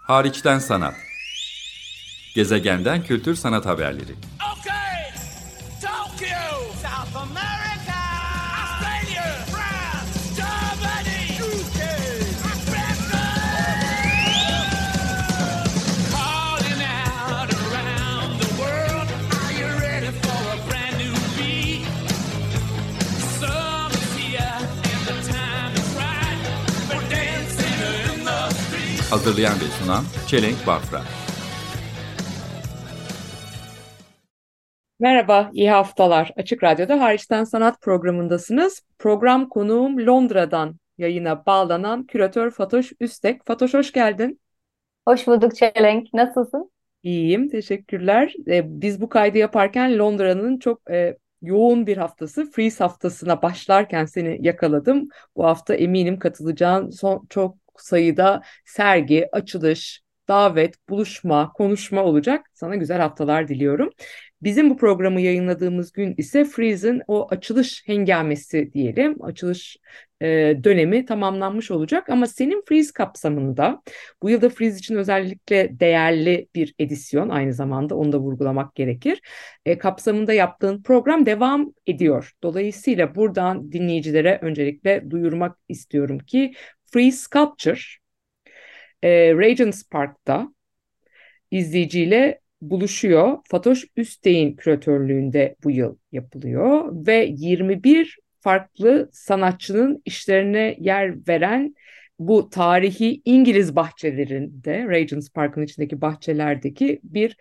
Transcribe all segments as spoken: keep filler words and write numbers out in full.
Hariçten sanat. Gezegenden kültür sanat haberleri. Okay, Tokyo, South America, Australia, France, Germany, U K, Africa. Calling out around the world. Are you ready for a brand new beat? Summer's here and the time is right for dancing in the street. Hazırlayan ve sunan Çelenk Bafra. Merhaba, iyi haftalar. Açık Radyo'da Hariçten Sanat programındasınız. Program konuğum Londra'dan yayına bağlanan küratör Fatoş Üstek. Fatoş hoş geldin. Hoş bulduk Çelenk. Nasılsın? İyiyim, teşekkürler. Ee, biz bu kaydı yaparken Londra'nın çok e, yoğun bir haftası, Freeze haftasına başlarken seni yakaladım. Bu hafta eminim katılacağın son, çok sayıda sergi, açılış, davet, buluşma, konuşma olacak. Sana güzel haftalar diliyorum. Bizim bu programı yayınladığımız gün ise Freeze'in o açılış hengamesi diyelim, açılış e, dönemi tamamlanmış olacak. Ama senin Freeze kapsamında bu yılda Freeze için özellikle değerli bir edisyon, aynı zamanda onu da vurgulamak gerekir. E, kapsamında yaptığın program devam ediyor. Dolayısıyla buradan dinleyicilere öncelikle duyurmak istiyorum ki Freeze Sculpture e, Regent's Park'ta izleyiciyle buluşuyor. Fatoş Üstey'in küratörlüğünde bu yıl yapılıyor ve yirmi bir farklı sanatçının işlerine yer veren bu tarihi İngiliz bahçelerinde, Regent's Park'ın içindeki bahçelerdeki bir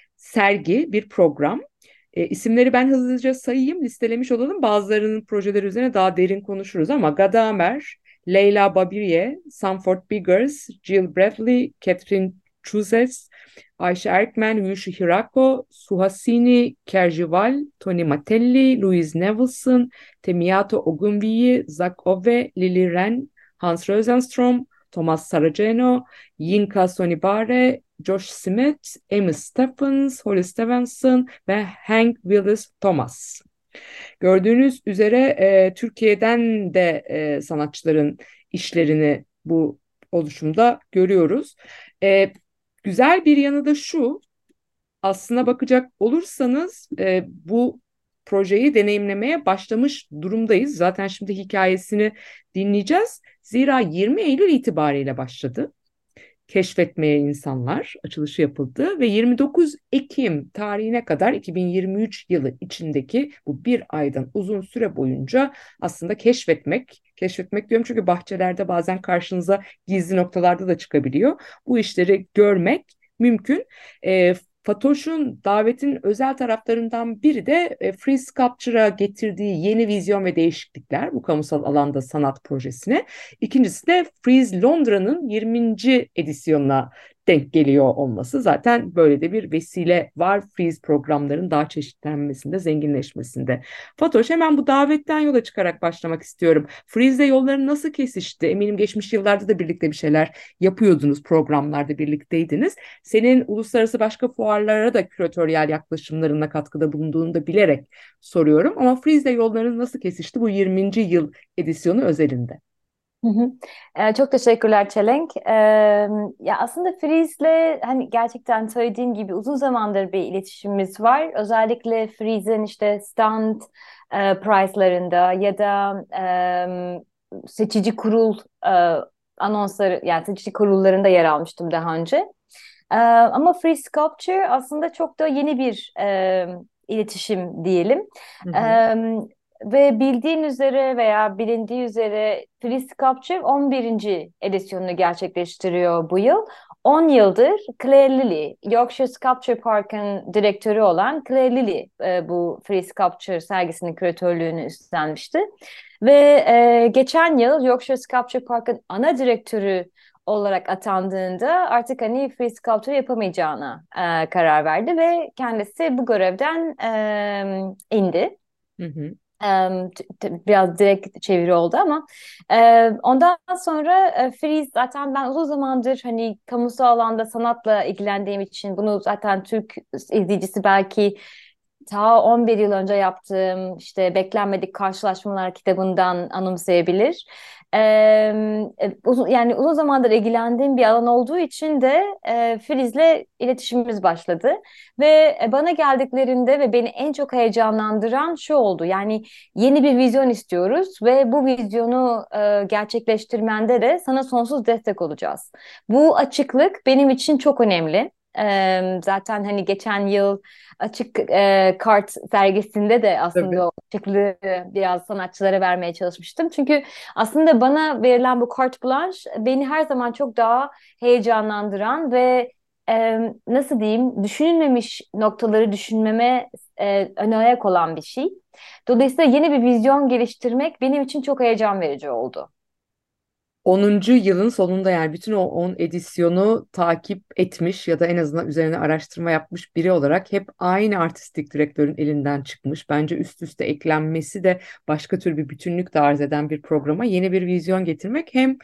sergi, bir program. E, isimleri ben hızlıca sayayım, listelemiş olalım. Bazılarının projeleri üzerine daha derin konuşuruz ama Gadamer, Leyla Babirye, Sanford Biggers, Jill Bradley, Catherine Chuzes, Ayşe Erkmen, Yushu Hirako, Suhasini Kerjival, Tony Matelli, Louise Nevelson, Temiyato Ogunbiyi, Zach Ove, Lily Ren, Hans Rosenstrom, Thomas Saraceno, Yinka Sonibare, Josh Smith, Amy Stephens, Holly Stevenson ve Hank Willis Thomas. Gördüğünüz üzere e, Türkiye'den de e, sanatçıların işlerini bu oluşumda görüyoruz. E, güzel bir yanı da şu, aslına bakacak olursanız e, bu projeyi deneyimlemeye başlamış durumdayız. Zaten şimdi hikayesini dinleyeceğiz. Zira yirmi Eylül itibariyle başladı. Keşfetmeye insanlar açılışı yapıldı ve yirmi dokuz Ekim tarihine kadar iki bin yirmi üç yılı içindeki bu bir aydan uzun süre boyunca aslında keşfetmek, keşfetmek diyorum çünkü bahçelerde bazen karşınıza gizli noktalarda da çıkabiliyor. Bu işleri görmek mümkün. E, Fatoş'un davetin özel taraflarından biri de e, Free Sculpture'a getirdiği yeni vizyon ve değişiklikler bu kamusal alanda sanat projesine. İkincisi de Freeze Londra'nın yirminci edisyonuna denk geliyor olması. Zaten böyle de bir vesile var Freeze programların daha çeşitlenmesinde, zenginleşmesinde. Fatoş, hemen bu davetten yola çıkarak başlamak istiyorum. Freeze'de yolların nasıl kesişti? Eminim geçmiş yıllarda da birlikte bir şeyler yapıyordunuz, programlarda birlikteydiniz. Senin uluslararası başka fuarlara da küratöryel yaklaşımlarına katkıda bulunduğunu da bilerek soruyorum. Ama Freeze'de yolların nasıl kesişti bu yirminci yıl edisyonu özelinde? Hı hı. Ee, çok teşekkürler Çelenk. Ee, ya aslında Freeze'le hani gerçekten söylediğim gibi uzun zamandır bir iletişimimiz var. Özellikle Freeze'in işte stand e, price'larında ya da e, seçici kurul e, anonsları yani seçici kurullarında yer almıştım daha önce. Ee, ama Free Sculpture aslında çok da yeni bir e, iletişim diyelim. Hı hı. Ee, ve bildiğin üzere veya bilindiği üzere Free Sculpture on birinci edisyonunu gerçekleştiriyor bu yıl. on yıldır Claire Lilly, Yorkshire Sculpture Park'ın direktörü olan Claire Lilly e, bu Free Sculpture sergisinin küratörlüğünü üstlenmişti. Ve e, geçen yıl Yorkshire Sculpture Park'ın ana direktörü olarak atandığında artık hani free sculpture yapamayacağına e, karar verdi ve kendisi bu görevden e, indi. Hı hı. E, t- t- biraz direkt çeviri oldu ama e, ondan sonra e, Freeze zaten ben uzun zamandır hani kamusal alanda sanatla ilgilendiğim için bunu zaten Türk izleyicisi belki ta on bir yıl önce yaptığım işte Beklenmedik Karşılaşmalar kitabından anımsayabilir. e, uzun, yani uzun zamandır ilgilendiğim bir alan olduğu için de e, Filiz'le iletişimimiz başladı. Ve e, bana geldiklerinde ve beni en çok heyecanlandıran şu oldu. Yani yeni bir vizyon istiyoruz ve bu vizyonu e, gerçekleştirmende de sana sonsuz destek olacağız. Bu açıklık benim için çok önemli. Ee, zaten hani geçen yıl açık e, kart sergisinde de Tabii. aslında o açıklığı biraz sanatçılara vermeye çalışmıştım. Çünkü aslında bana verilen bu carte blanche beni her zaman çok daha heyecanlandıran ve e, nasıl diyeyim, düşünülmemiş noktaları düşünmeme e, ön ayak olan bir şey. Dolayısıyla yeni bir vizyon geliştirmek benim için çok heyecan verici oldu. onuncu yılın sonunda, yani bütün o on edisyonu takip etmiş ya da en azından üzerine araştırma yapmış biri olarak hep aynı artistik direktörün elinden çıkmış. Bence üst üste eklenmesi de başka tür bir bütünlük de arz eden bir programa yeni bir vizyon getirmek hem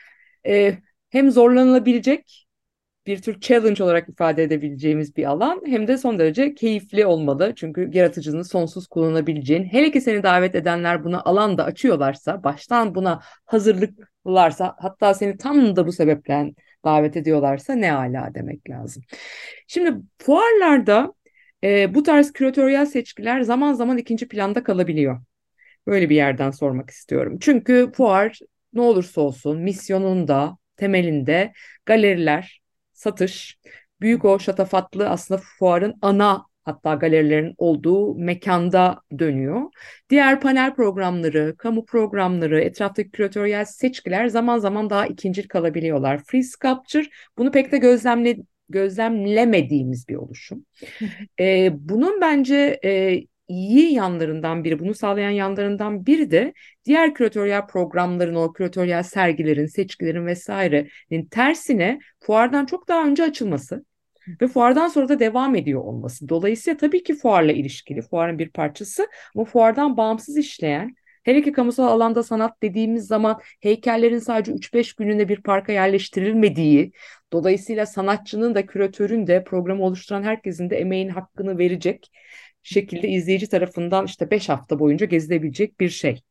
e, hem zorlanılabilecek, bir tür challenge olarak ifade edebileceğimiz bir alan, hem de son derece keyifli olmalı. Çünkü yaratıcılığını sonsuz kullanabileceğin, hele ki seni davet edenler buna alan da açıyorlarsa, baştan buna hazırlıklılarsa, hatta seni tam da bu sebepten davet ediyorlarsa ne ala demek lazım. Şimdi fuarlarda e, bu tarz küratöryel seçkiler zaman zaman ikinci planda kalabiliyor. Böyle bir yerden sormak istiyorum. Çünkü fuar ne olursa olsun misyonunda, temelinde galeriler, satış, büyük o şatafatlı aslında fuarın ana, hatta galerilerin olduğu mekanda dönüyor. Diğer panel programları, kamu programları, etraftaki küratöryel seçkiler zaman zaman daha ikincil kalabiliyorlar. Free Sculpture bunu pek de gözlemle, gözlemlemediğimiz bir oluşum. Ee, bunun bence e, iyi yanlarından biri, bunu sağlayan yanlarından biri de diğer küratöryel programların, o küratöryel sergilerin, seçkilerin vesairenin tersine fuardan çok daha önce açılması ve fuardan sonra da devam ediyor olması. Dolayısıyla tabii ki fuarla ilişkili, fuarın bir parçası ama fuardan bağımsız işleyen, hele ki kamusal alanda sanat dediğimiz zaman heykellerin sadece üç beş gününe bir parka yerleştirilmediği, dolayısıyla sanatçının da küratörün de programı oluşturan herkesin de emeğin hakkını verecek şekilde izleyici tarafından işte beş hafta boyunca gezilebilecek bir şey.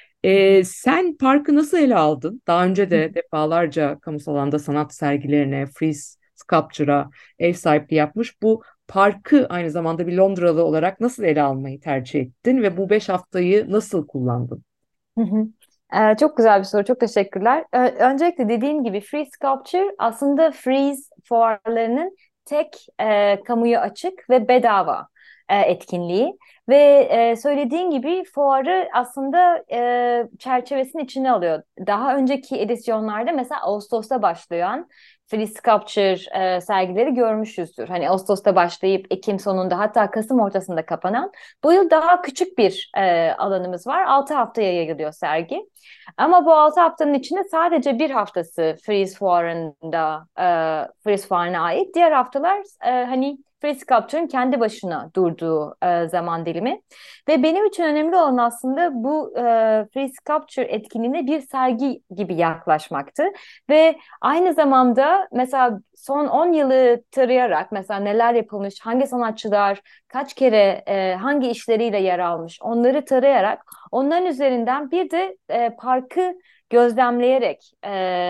Ee, sen parkı nasıl ele aldın? Daha önce de defalarca kamusal alanda sanat sergilerine, Freeze Sculpture'a ev sahipliği yapmış. Bu parkı aynı zamanda bir Londralı olarak nasıl ele almayı tercih ettin ve bu beş haftayı nasıl kullandın? Hı hı. Ee, çok güzel bir soru. Çok teşekkürler. Ö- öncelikle dediğim gibi Free Sculpture aslında Freeze fuarlarının tek e, kamuya açık ve bedava e, etkinliği. Ve e, söylediğin gibi fuarı aslında e, çerçevesinin içine alıyor. Daha önceki edisyonlarda mesela Ağustos'ta başlayan Free Sculpture e, sergileri görmüşüzdür. Hani Ağustos'ta başlayıp Ekim sonunda, hatta Kasım ortasında kapanan. Bu yıl daha küçük bir e, alanımız var. Altı haftaya yayılıyor sergi. Ama bu altı haftanın içinde sadece bir haftası Freeze Fuarı'nda, e, Freeze Fuarı'na ait. Diğer haftalar e, hani Free Sculpture'ın kendi başına durduğu e, zaman dilimi. Ve benim için önemli olan aslında bu e, Free Sculpture etkinliğine bir sergi gibi yaklaşmaktı. Ve aynı zamanda mesela son on yılı tarayarak, mesela neler yapılmış, hangi sanatçılar kaç kere e, hangi işleriyle yer almış, onları tarayarak, onların üzerinden bir de e, parkı gözlemleyerek, e,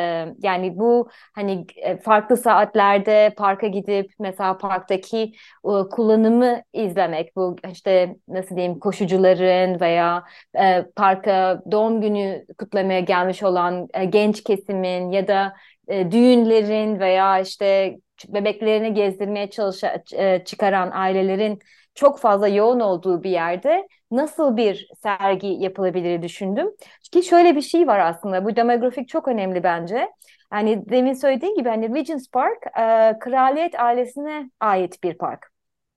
yani bu hani e, farklı saatlerde parka gidip mesela parktaki e, kullanımı izlemek, bu işte nasıl diyeyim, koşucuların veya e, parka doğum günü kutlamaya gelmiş olan e, genç kesimin ya da e, düğünlerin veya işte bebeklerini gezdirmeye çalışa, e, çıkaran ailelerin çok fazla yoğun olduğu bir yerde nasıl bir sergi yapılabilir düşündüm. Ki şöyle bir şey var aslında, bu demografik çok önemli bence. Yani demin söylediğim gibi hani Regent's Park e, kraliyet ailesine ait bir park.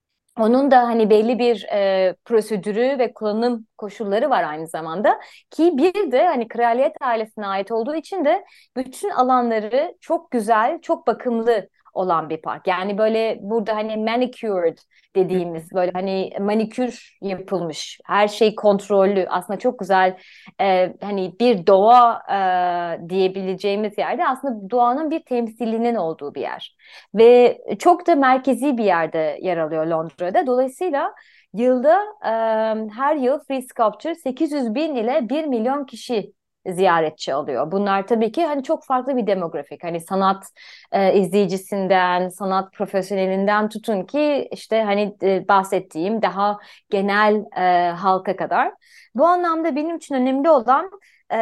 Onun da hani belli bir e, prosedürü ve kullanım koşulları var aynı zamanda, ki bir de hani kraliyet ailesine ait olduğu için de bütün alanları çok güzel, çok bakımlı olan bir park. Yani böyle burada hani manicured dediğimiz, böyle hani manikür yapılmış, her şey kontrollü, aslında çok güzel, e, hani bir doğa e, diyebileceğimiz yerde aslında doğanın bir temsilinin olduğu bir yer. Ve çok da merkezi bir yerde yer alıyor Londra'da. Dolayısıyla yılda e, her yıl Free Sculpture sekiz yüz bin ile bir milyon kişi ziyaretçi alıyor. Bunlar tabii ki hani çok farklı bir demografik. Hani sanat e, izleyicisinden, sanat profesyonelinden tutun ki işte hani e, bahsettiğim daha genel e, halka kadar. Bu anlamda benim için önemli olan e,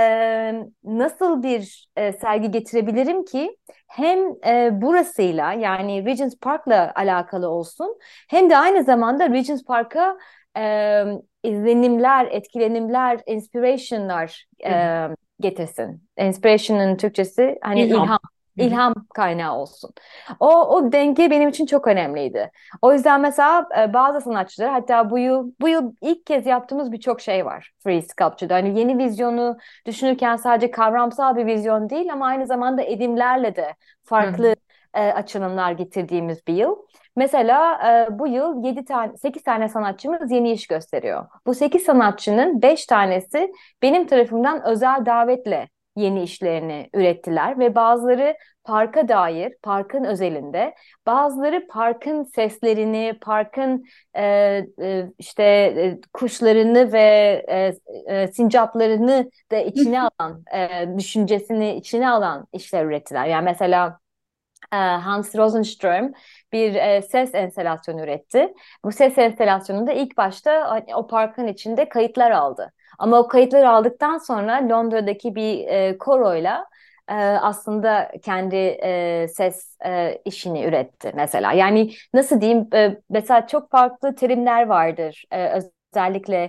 nasıl bir e, sergi getirebilirim ki hem e, burasıyla yani Regent's Park'la alakalı olsun hem de aynı zamanda Regent's Park'a e, izlenimler, etkilenimler, inspiration'lar Hı hı. e, getirsin. Inspiration'ın Türkçesi hani İlham. ilham, Hı hı. ilham kaynağı olsun. O, o denge benim için çok önemliydi. O yüzden mesela e, bazı sanatçılar hatta bu yıl bu yıl ilk kez yaptığımız birçok şey var Free Sculpture'da. Hani yeni vizyonu düşünürken sadece kavramsal bir vizyon değil ama aynı zamanda edimlerle de Hı hı. farklı e, açılımlar getirdiğimiz bir yıl. Mesela e, bu yıl yedi tane sekiz tane sanatçımız yeni iş gösteriyor. Bu sekiz sanatçının beş tanesi benim tarafımdan özel davetle yeni işlerini ürettiler ve bazıları parka dair, parkın özelinde, bazıları parkın seslerini, parkın e, e, işte e, kuşlarını ve e, e, sincaplarını da içine alan, e, düşüncesini içine alan işler ürettiler. Yani mesela e, Hans Rosenström bir e, ses enstalasyonu üretti. Bu ses enstalasyonunda ilk başta hani, o parkın içinde kayıtlar aldı. Ama o kayıtları aldıktan sonra Londra'daki bir e, koroyla e, aslında kendi e, ses e, işini üretti mesela. Yani nasıl diyeyim? E, mesela çok farklı terimler vardır. E, özellikle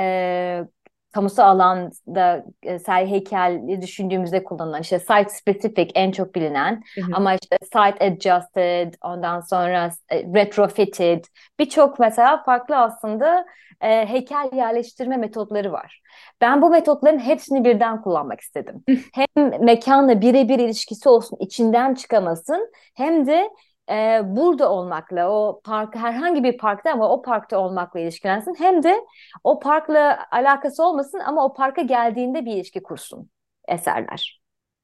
e, kamusal alanda e, sergi heykeli düşündüğümüzde kullanılan işte site specific en çok bilinen Hı hı. ama işte site adjusted ondan sonra e, retrofitted birçok mesela farklı aslında e, heykel yerleştirme metotları var. Ben bu metotların hepsini birden kullanmak istedim. Hem mekanla birebir ilişkisi olsun, içinden çıkamasın hem de e, burada olmakla o park herhangi bir parkta ama o parkta olmakla ilişkilensin hem de o parkla alakası olmasın ama o parka geldiğinde bir ilişki kursun eserler.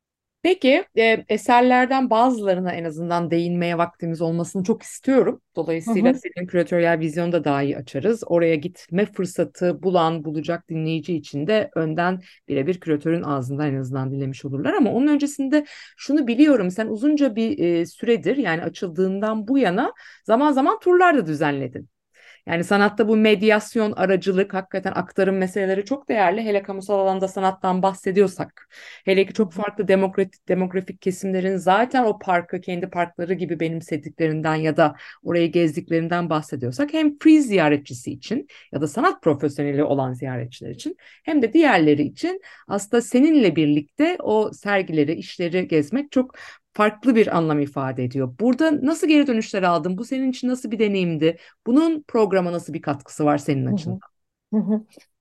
Peki e, eserlerden bazılarına en azından değinmeye vaktimiz olmasını çok istiyorum. Hı Dolayısıyla hı. senin küratöryel vizyonu da daha iyi açarız. Oraya gitme fırsatı bulan, bulacak dinleyici için de önden birebir küratörün ağzından en azından dinlemiş olurlar. Ama onun öncesinde şunu biliyorum, sen uzunca bir e, süredir yani açıldığından bu yana zaman zaman turlar da düzenledin. Yani sanatta bu medyasyon, aracılık, hakikaten aktarım meseleleri çok değerli. Hele kamusal alanda sanattan bahsediyorsak. Hele ki çok farklı demokratik, demografik kesimlerin zaten o parkı kendi parkları gibi benimsediklerinden ya da orayı gezdiklerinden bahsediyorsak hem free ziyaretçisi için ya da sanat profesyoneli olan ziyaretçiler için hem de diğerleri için aslında seninle birlikte o sergileri, işleri gezmek çok farklı bir anlam ifade ediyor. Burada nasıl geri dönüşler aldın? Bu senin için nasıl bir deneyimdi? Bunun programa nasıl bir katkısı var senin Hı hı. açından? Hı hı.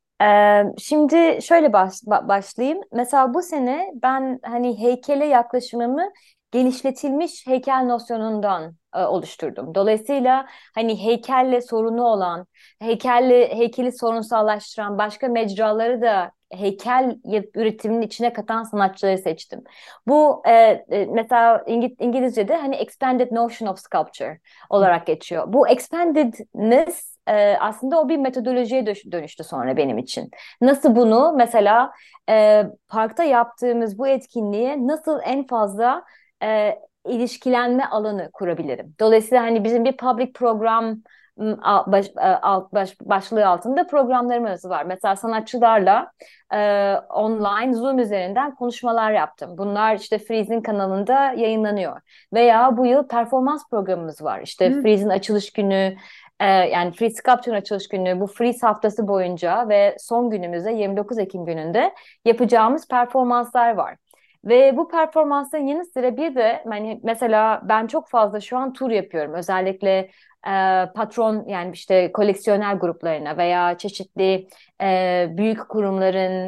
Ee, şimdi şöyle baş, ba- başlayayım. Mesela bu sene ben hani heykele yaklaşımımı genişletilmiş heykel nosyonundan e, oluşturdum. Dolayısıyla hani heykelle sorunu olan, heykelle heykeli sorunsallaştıran başka mecraları da heykel yap- üretiminin içine katan sanatçıları seçtim. Bu e, e, mesela İngi- İngilizce'de hani expanded notion of sculpture olarak geçiyor. Bu expandedness e, aslında o bir metodolojiye dö- dönüştü sonra benim için. Nasıl bunu mesela e, parkta yaptığımız bu etkinliğe nasıl en fazla e, ilişkilenme alanı kurabilirim? Dolayısıyla hani bizim bir public program m, al- baş, e, alt, baş, başlığı altında programlarımız var. Mesela sanatçılarla e, online Zoom üzerinden konuşmalar yaptım. Bunlar işte Freeze'in kanalında yayınlanıyor. Veya bu yıl performans programımız var. İşte Hı. Freeze'in açılış günü ee, yani Free Sculpture açılış günü bu Freeze haftası boyunca ve son günümüzde yirmi dokuz Ekim gününde yapacağımız performanslar var. Ve bu performansların yanı sıra bir de hani mesela ben çok fazla şu an tur yapıyorum. Özellikle e, patron yani işte koleksiyoner gruplarına veya çeşitli e, büyük kurumların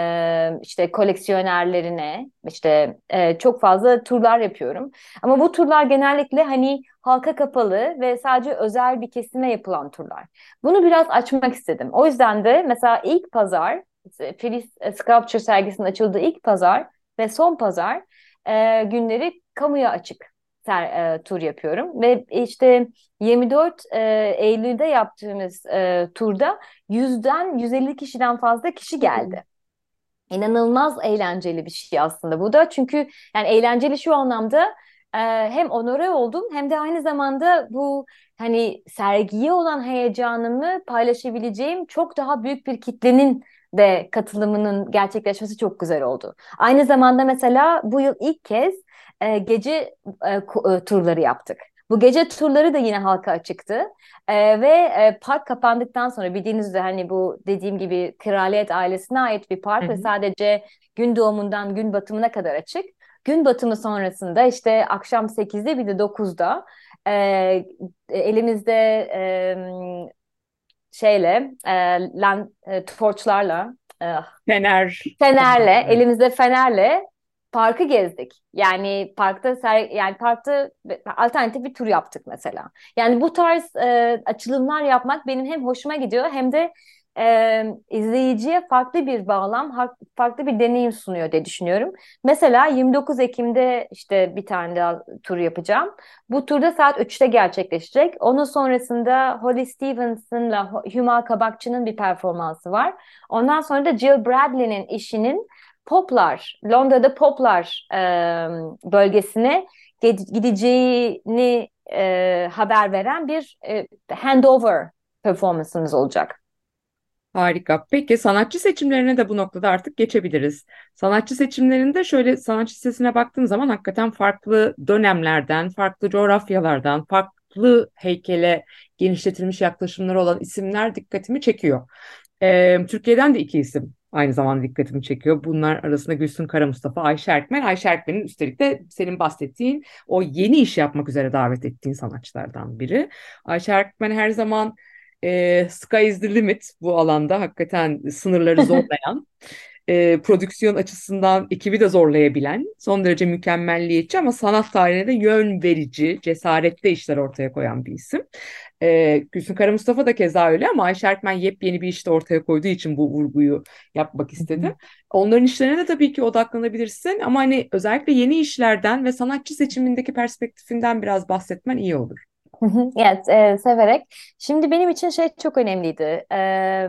e, işte koleksiyonerlerine işte e, çok fazla turlar yapıyorum. Ama bu turlar genellikle hani halka kapalı ve sadece özel bir kesime yapılan turlar. Bunu biraz açmak istedim. O yüzden de mesela ilk pazar, Filiz Sculpture sergisinin açıldığı ilk pazar ve son pazar e, günleri kamuya açık ser, e, tur yapıyorum. Ve işte yirmi dört e, Eylül'de yaptığımız e, turda yüzden yüz elli kişiden fazla kişi geldi. İnanılmaz eğlenceli bir şey aslında bu da. Çünkü yani eğlenceli şu anlamda, e, hem onore oldum hem de aynı zamanda bu hani sergiye olan heyecanımı paylaşabileceğim çok daha büyük bir kitlenin de katılımının gerçekleşmesi çok güzel oldu. Aynı zamanda mesela bu yıl ilk kez e, gece e, ku- e, turları yaptık. Bu gece turları da yine halka açıktı. Ee, ve e, park kapandıktan sonra bildiğiniz üzere hani bu dediğim gibi kraliyet ailesine ait bir Hı park ve hı. sadece gün doğumundan gün batımına kadar açık. Gün batımı sonrasında işte akşam sekizde bir de dokuzda e, elimizde e, şeyle e, lan, e, torçlarla e, Fener. fenerle, Evet. elimizde fenerle parkı gezdik. Yani parkta ser, yani parkta alternatif bir tur yaptık mesela. Yani bu tarz e, açılımlar yapmak benim hem hoşuma gidiyor hem de e, izleyiciye farklı bir bağlam, ha- farklı bir deneyim sunuyor diye düşünüyorum. Mesela yirmi dokuz Ekim'de işte bir tane daha tur yapacağım. Bu turda saat üçte gerçekleşecek. Onun sonrasında Holly Stevenson'la Hüma Kabakçı'nın bir performansı var. Ondan sonra da Jill Bradley'nin işinin Poplar, Londra'da Poplar e, bölgesine gideceğini e, haber veren bir e, handover performansımız olacak. Harika. Peki sanatçı seçimlerine de bu noktada artık geçebiliriz. Sanatçı seçimlerinde şöyle sanatçı listesine baktığım zaman hakikaten farklı dönemlerden, farklı coğrafyalardan, farklı heykele genişletilmiş yaklaşımları olan isimler dikkatimi çekiyor. Ee, Türkiye'den de iki isim aynı zamanda dikkatimi çekiyor. Bunlar arasında Gülsün Kara Mustafa, Ayşe Erkmen. Ayşe Erkmen'in üstelik de senin bahsettiğin o yeni iş yapmak üzere davet ettiğin sanatçılardan biri. Ayşe Erkmen her zaman e, sky is the limit bu alanda hakikaten sınırları zorlayan, e, prodüksiyon açısından ekibi de zorlayabilen, son derece mükemmelliyetçi ama sanat tarihine de yön verici, cesaretli işler ortaya koyan bir isim. E, Gülsün Kara Mustafa da keza öyle ama Ayşe Erkmen yepyeni bir işte ortaya koyduğu için bu vurguyu yapmak istedim. Onların işlerine de tabii ki odaklanabilirsin ama hani özellikle yeni işlerden ve sanatçı seçimindeki perspektifinden biraz bahsetmen iyi olur. Hı hı. Evet, e, severek. Şimdi benim için şey çok önemliydi. Eee,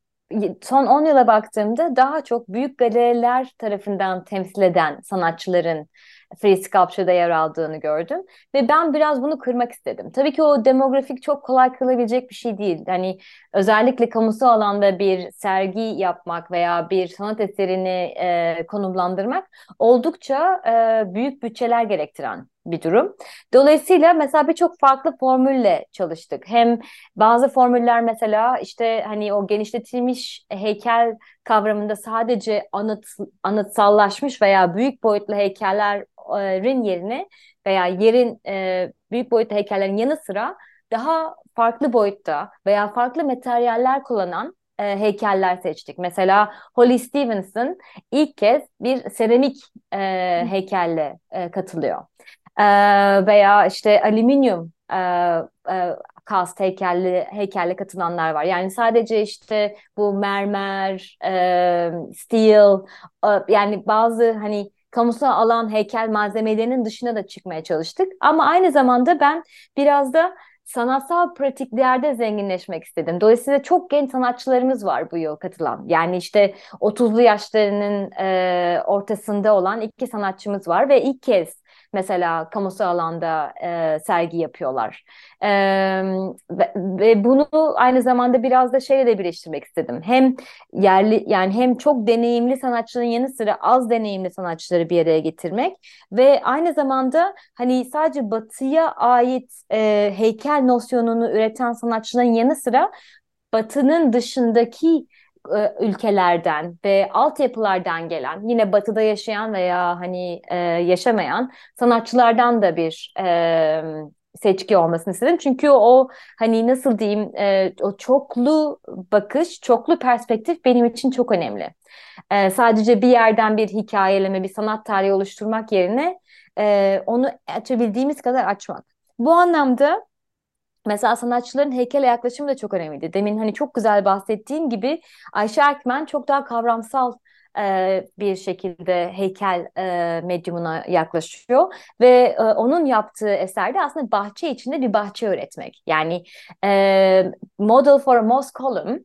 son on yıla baktığımda daha çok büyük galeriler tarafından temsil eden sanatçıların Free Sculpture'da yer aldığını gördüm. Ve ben biraz bunu kırmak istedim. Tabii ki o demografik çok kolay kılabilecek bir şey değil. Hani özellikle kamusal alanda bir sergi yapmak veya bir sanat eserini e, konumlandırmak oldukça e, büyük bütçeler gerektiren bir durum. Dolayısıyla mesela birçok farklı formülle çalıştık. Hem bazı formüller mesela işte hani o genişletilmiş heykel kavramında sadece anıt, anıtsallaşmış veya büyük boyutlu heykellerin yerine veya yerin e, büyük boyutlu heykellerin yanı sıra daha farklı boyutta veya farklı materyaller kullanan e, heykeller seçtik. Mesela Holly Stevenson ilk kez bir seramik e, heykelle e, katılıyor. Ee, veya işte alüminyum e, e, kast heykelli heykelle katılanlar var. Yani sadece işte bu mermer, e, steel, e, yani bazı hani kamusal alan heykel malzemelerinin dışına da çıkmaya çalıştık. Ama aynı zamanda ben biraz da sanatsal pratiklerde zenginleşmek istedim. Dolayısıyla çok genç sanatçılarımız var bu yıl katılan. Yani işte otuzlu yaşlarının e, ortasında olan iki sanatçımız var ve ilk kez mesela kamusal alanda e, sergi yapıyorlar. E, ve, ve bunu aynı zamanda biraz da şeyle de birleştirmek istedim. Hem yerli yani hem çok deneyimli sanatçının yanı sıra az deneyimli sanatçıları bir araya getirmek ve aynı zamanda hani sadece batıya ait e, heykel nosyonunu üreten sanatçıların yanı sıra Batı'nın dışındaki e, ülkelerden ve altyapılardan gelen, yine Batı'da yaşayan veya hani e, yaşamayan sanatçılardan da bir e, seçki olmasını istedim. Çünkü o hani nasıl diyeyim e, o çoklu bakış, çoklu perspektif benim için çok önemli. E, sadece bir yerden bir hikayeleme, bir sanat tarihi oluşturmak yerine e, onu açabildiğimiz kadar açmak. Bu anlamda mesela sanatçıların heykele yaklaşımı da çok önemliydi. Demin hani çok güzel bahsettiğim gibi Ayşe Erkmen çok daha kavramsal e, bir şekilde heykel e, medyumuna yaklaşıyor ve e, onun yaptığı eserde aslında bahçe içinde bir bahçe öğretmek. Yani e, Model for a Moss Column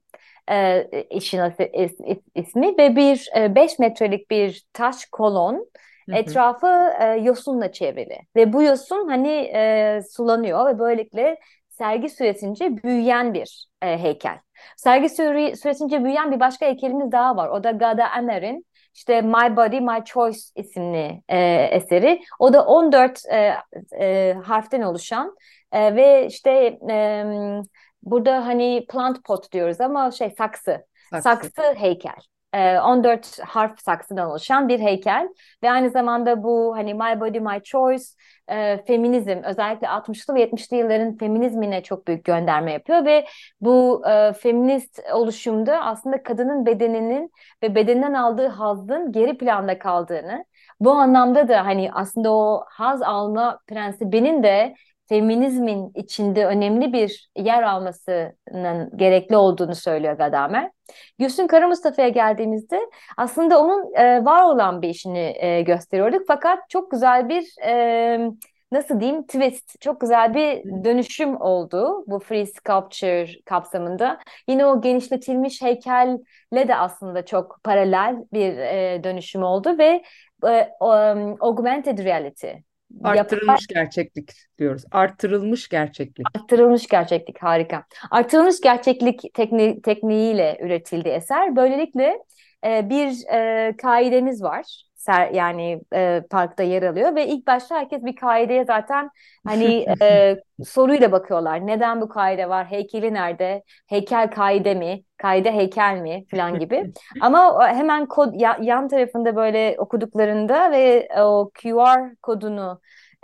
e, işin as- is- is- ismi ve bir e, beş metrelik bir taş kolon, Hı hı. etrafı e, yosunla çevrili ve bu yosun hani e, sulanıyor ve böylelikle sergi süresince büyüyen bir e, heykel. Sergi süre, süresince büyüyen bir başka heykelimiz daha var. O da Gada Amer'in işte My Body My Choice isimli e, eseri. O da on dört e, e, harften oluşan e, ve işte e, burada hani plant pot diyoruz ama şey saksı. Saksı. Saksı heykel. E, on dört harf saksıdan oluşan bir heykel ve aynı zamanda bu hani My Body My Choice e, feminizm, özellikle altmışlı ve yetmişli yılların feminizmine çok büyük gönderme yapıyor ve bu e, feminist oluşumda aslında kadının bedeninin ve bedeninden aldığı hazzın geri planda kaldığını, bu anlamda da hani aslında o haz alma prensibinin de feminizmin içinde önemli bir yer almasının gerekli olduğunu söylüyor Gadamer. Gülsün Kara Mustafa'ya geldiğimizde aslında onun e, var olan bir işini e, gösteriyorduk. Fakat çok güzel bir e, nasıl diyeyim twist, çok güzel bir dönüşüm oldu bu free sculpture kapsamında. Yine o genişletilmiş heykelle de aslında çok paralel bir e, dönüşüm oldu ve e, um, augmented reality, yapay Arttırılmış gerçeklik diyoruz. Arttırılmış gerçeklik. Artırılmış gerçeklik, harika. Artırılmış gerçeklik tekni tekniğiyle üretildi eser. Böylelikle e, bir e, kaidemiz var. Ser, yani e, parkta yer alıyor ve ilk başta herkes bir kaideye zaten hani e, soruyla bakıyorlar. Neden bu kaide var? Heykeli nerede? Heykel kaide mi? Kaide heykel mi? Falan gibi. Ama o hemen kod ya- yan tarafında böyle okuduklarında ve o Q R kodunu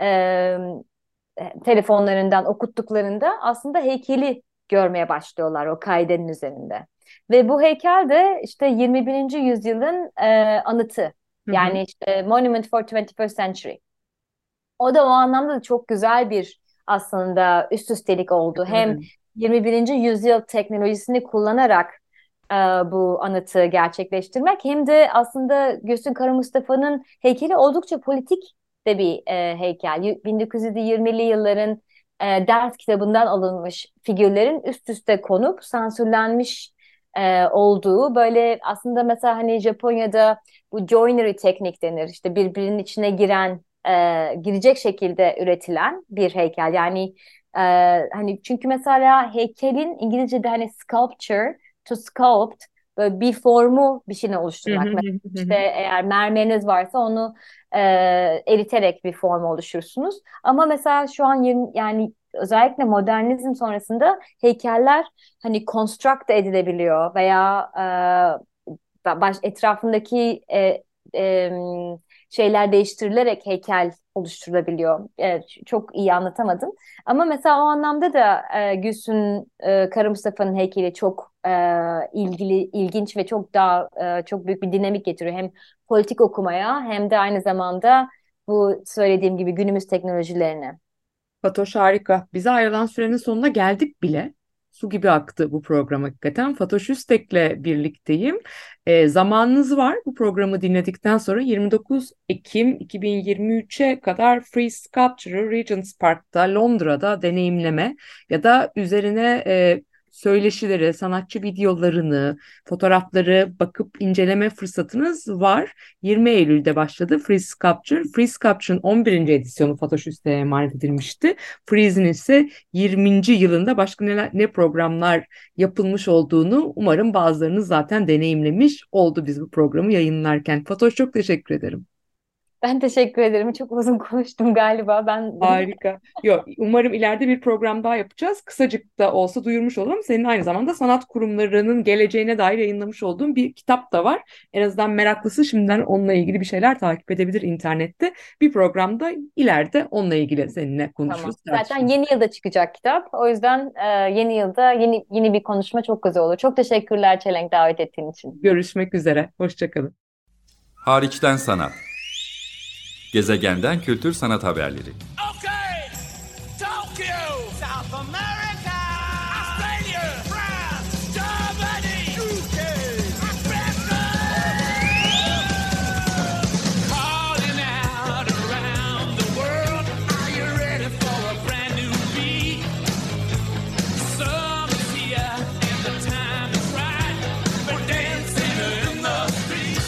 e, telefonlarından okuttuklarında aslında heykeli görmeye başlıyorlar o kaidenin üzerinde. Ve bu heykel de işte yirmi birinci yüzyılın e, anıtı. Hı hı. Yani işte Monument for twenty-first Century. O da o anlamda da çok güzel bir aslında üst üstelik oldu. Hem Evet. yirmi birinci yüzyıl teknolojisini kullanarak e, bu anıtı gerçekleştirmek hem de aslında Gülsün Kara Mustafa'nın heykeli oldukça politik de bir e, heykel. Y- bin dokuz yüz yirmili yılların e, ders kitabından alınmış figürlerin üst üste konup sansürlenmiş e, olduğu, böyle aslında mesela hani Japonya'da bu joinery teknik denir. İşte birbirinin içine giren e, girecek şekilde üretilen bir heykel. Yani e, hani çünkü mesela heykelin İngilizce'de hani sculpture, to sculpt, böyle bir formu bir şeyini Hı oluşturmak. hı Mesela hı hı işte hı. eğer mermeriniz varsa onu e, eriterek bir form oluşturursunuz. Ama mesela şu an yirmi yani özellikle modernizm sonrasında heykeller hani construct edilebiliyor veya e, baş, etrafındaki e, e, şeyler değiştirilerek heykel oluşturulabiliyor. E, çok iyi anlatamadım. Ama mesela o anlamda da e, Gülsün e, Kara Mustafa'nın heykeli çok e, ilgili, ilginç ve çok daha e, çok büyük bir dinamik getiriyor. Hem politik okumaya hem de aynı zamanda bu söylediğim gibi günümüz teknolojilerine. Fatoş harika. Bize ayrılan sürenin sonuna geldik bile. Su gibi aktı bu program hakikaten. Fatoş Üstek'le birlikteyim. E, zamanınız var bu programı dinledikten sonra yirmi dokuz Ekim iki bin yirmi üçe kadar Free Sculpture'ı Regent's Park'ta Londra'da deneyimleme ya da üzerine e, söyleşileri, sanatçı videolarını, fotoğrafları bakıp inceleme fırsatınız var. yirmi Eylül'de başladı Free Sculpture. Free Sculpture'ın on birinci edisyonu Fatoş Üstek'e emanet edilmişti. Freeze'in ise yirminci yılında başka neler, ne programlar yapılmış olduğunu umarım bazılarınız zaten deneyimlemiş oldu biz bu programı yayınlarken. Fatoş çok teşekkür ederim. Ben teşekkür ederim. Çok uzun konuştum galiba. Ben de. Harika. Yok, umarım ileride bir program daha yapacağız. Kısacık da olsa duyurmuş olalım. Senin aynı zamanda sanat kurumlarının geleceğine dair yayınlamış olduğun bir kitap da var. En azından meraklısı şimdiden onunla ilgili bir şeyler takip edebilir internette. Bir programda ileride onunla ilgili seninle Tamam. konuşuruz, Zaten tartışırız. yeni yılda çıkacak kitap. O yüzden e, yeni yılda yeni yeni bir konuşma çok güzel olur. Çok teşekkürler Çelenk, davet ettiğin için. Görüşmek üzere. Hoşça kalın. Hariçten sanat. Gezegenden kültür sanat haberleri. Okay, Tokyo, South America, Australia, France, Germany, U K, Africa. Calling out around the world, are you ready for a brand new beat? Summer's here and the time is right.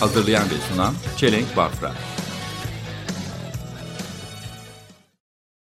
Hazırlayan ve sunan Çelenk Bafra.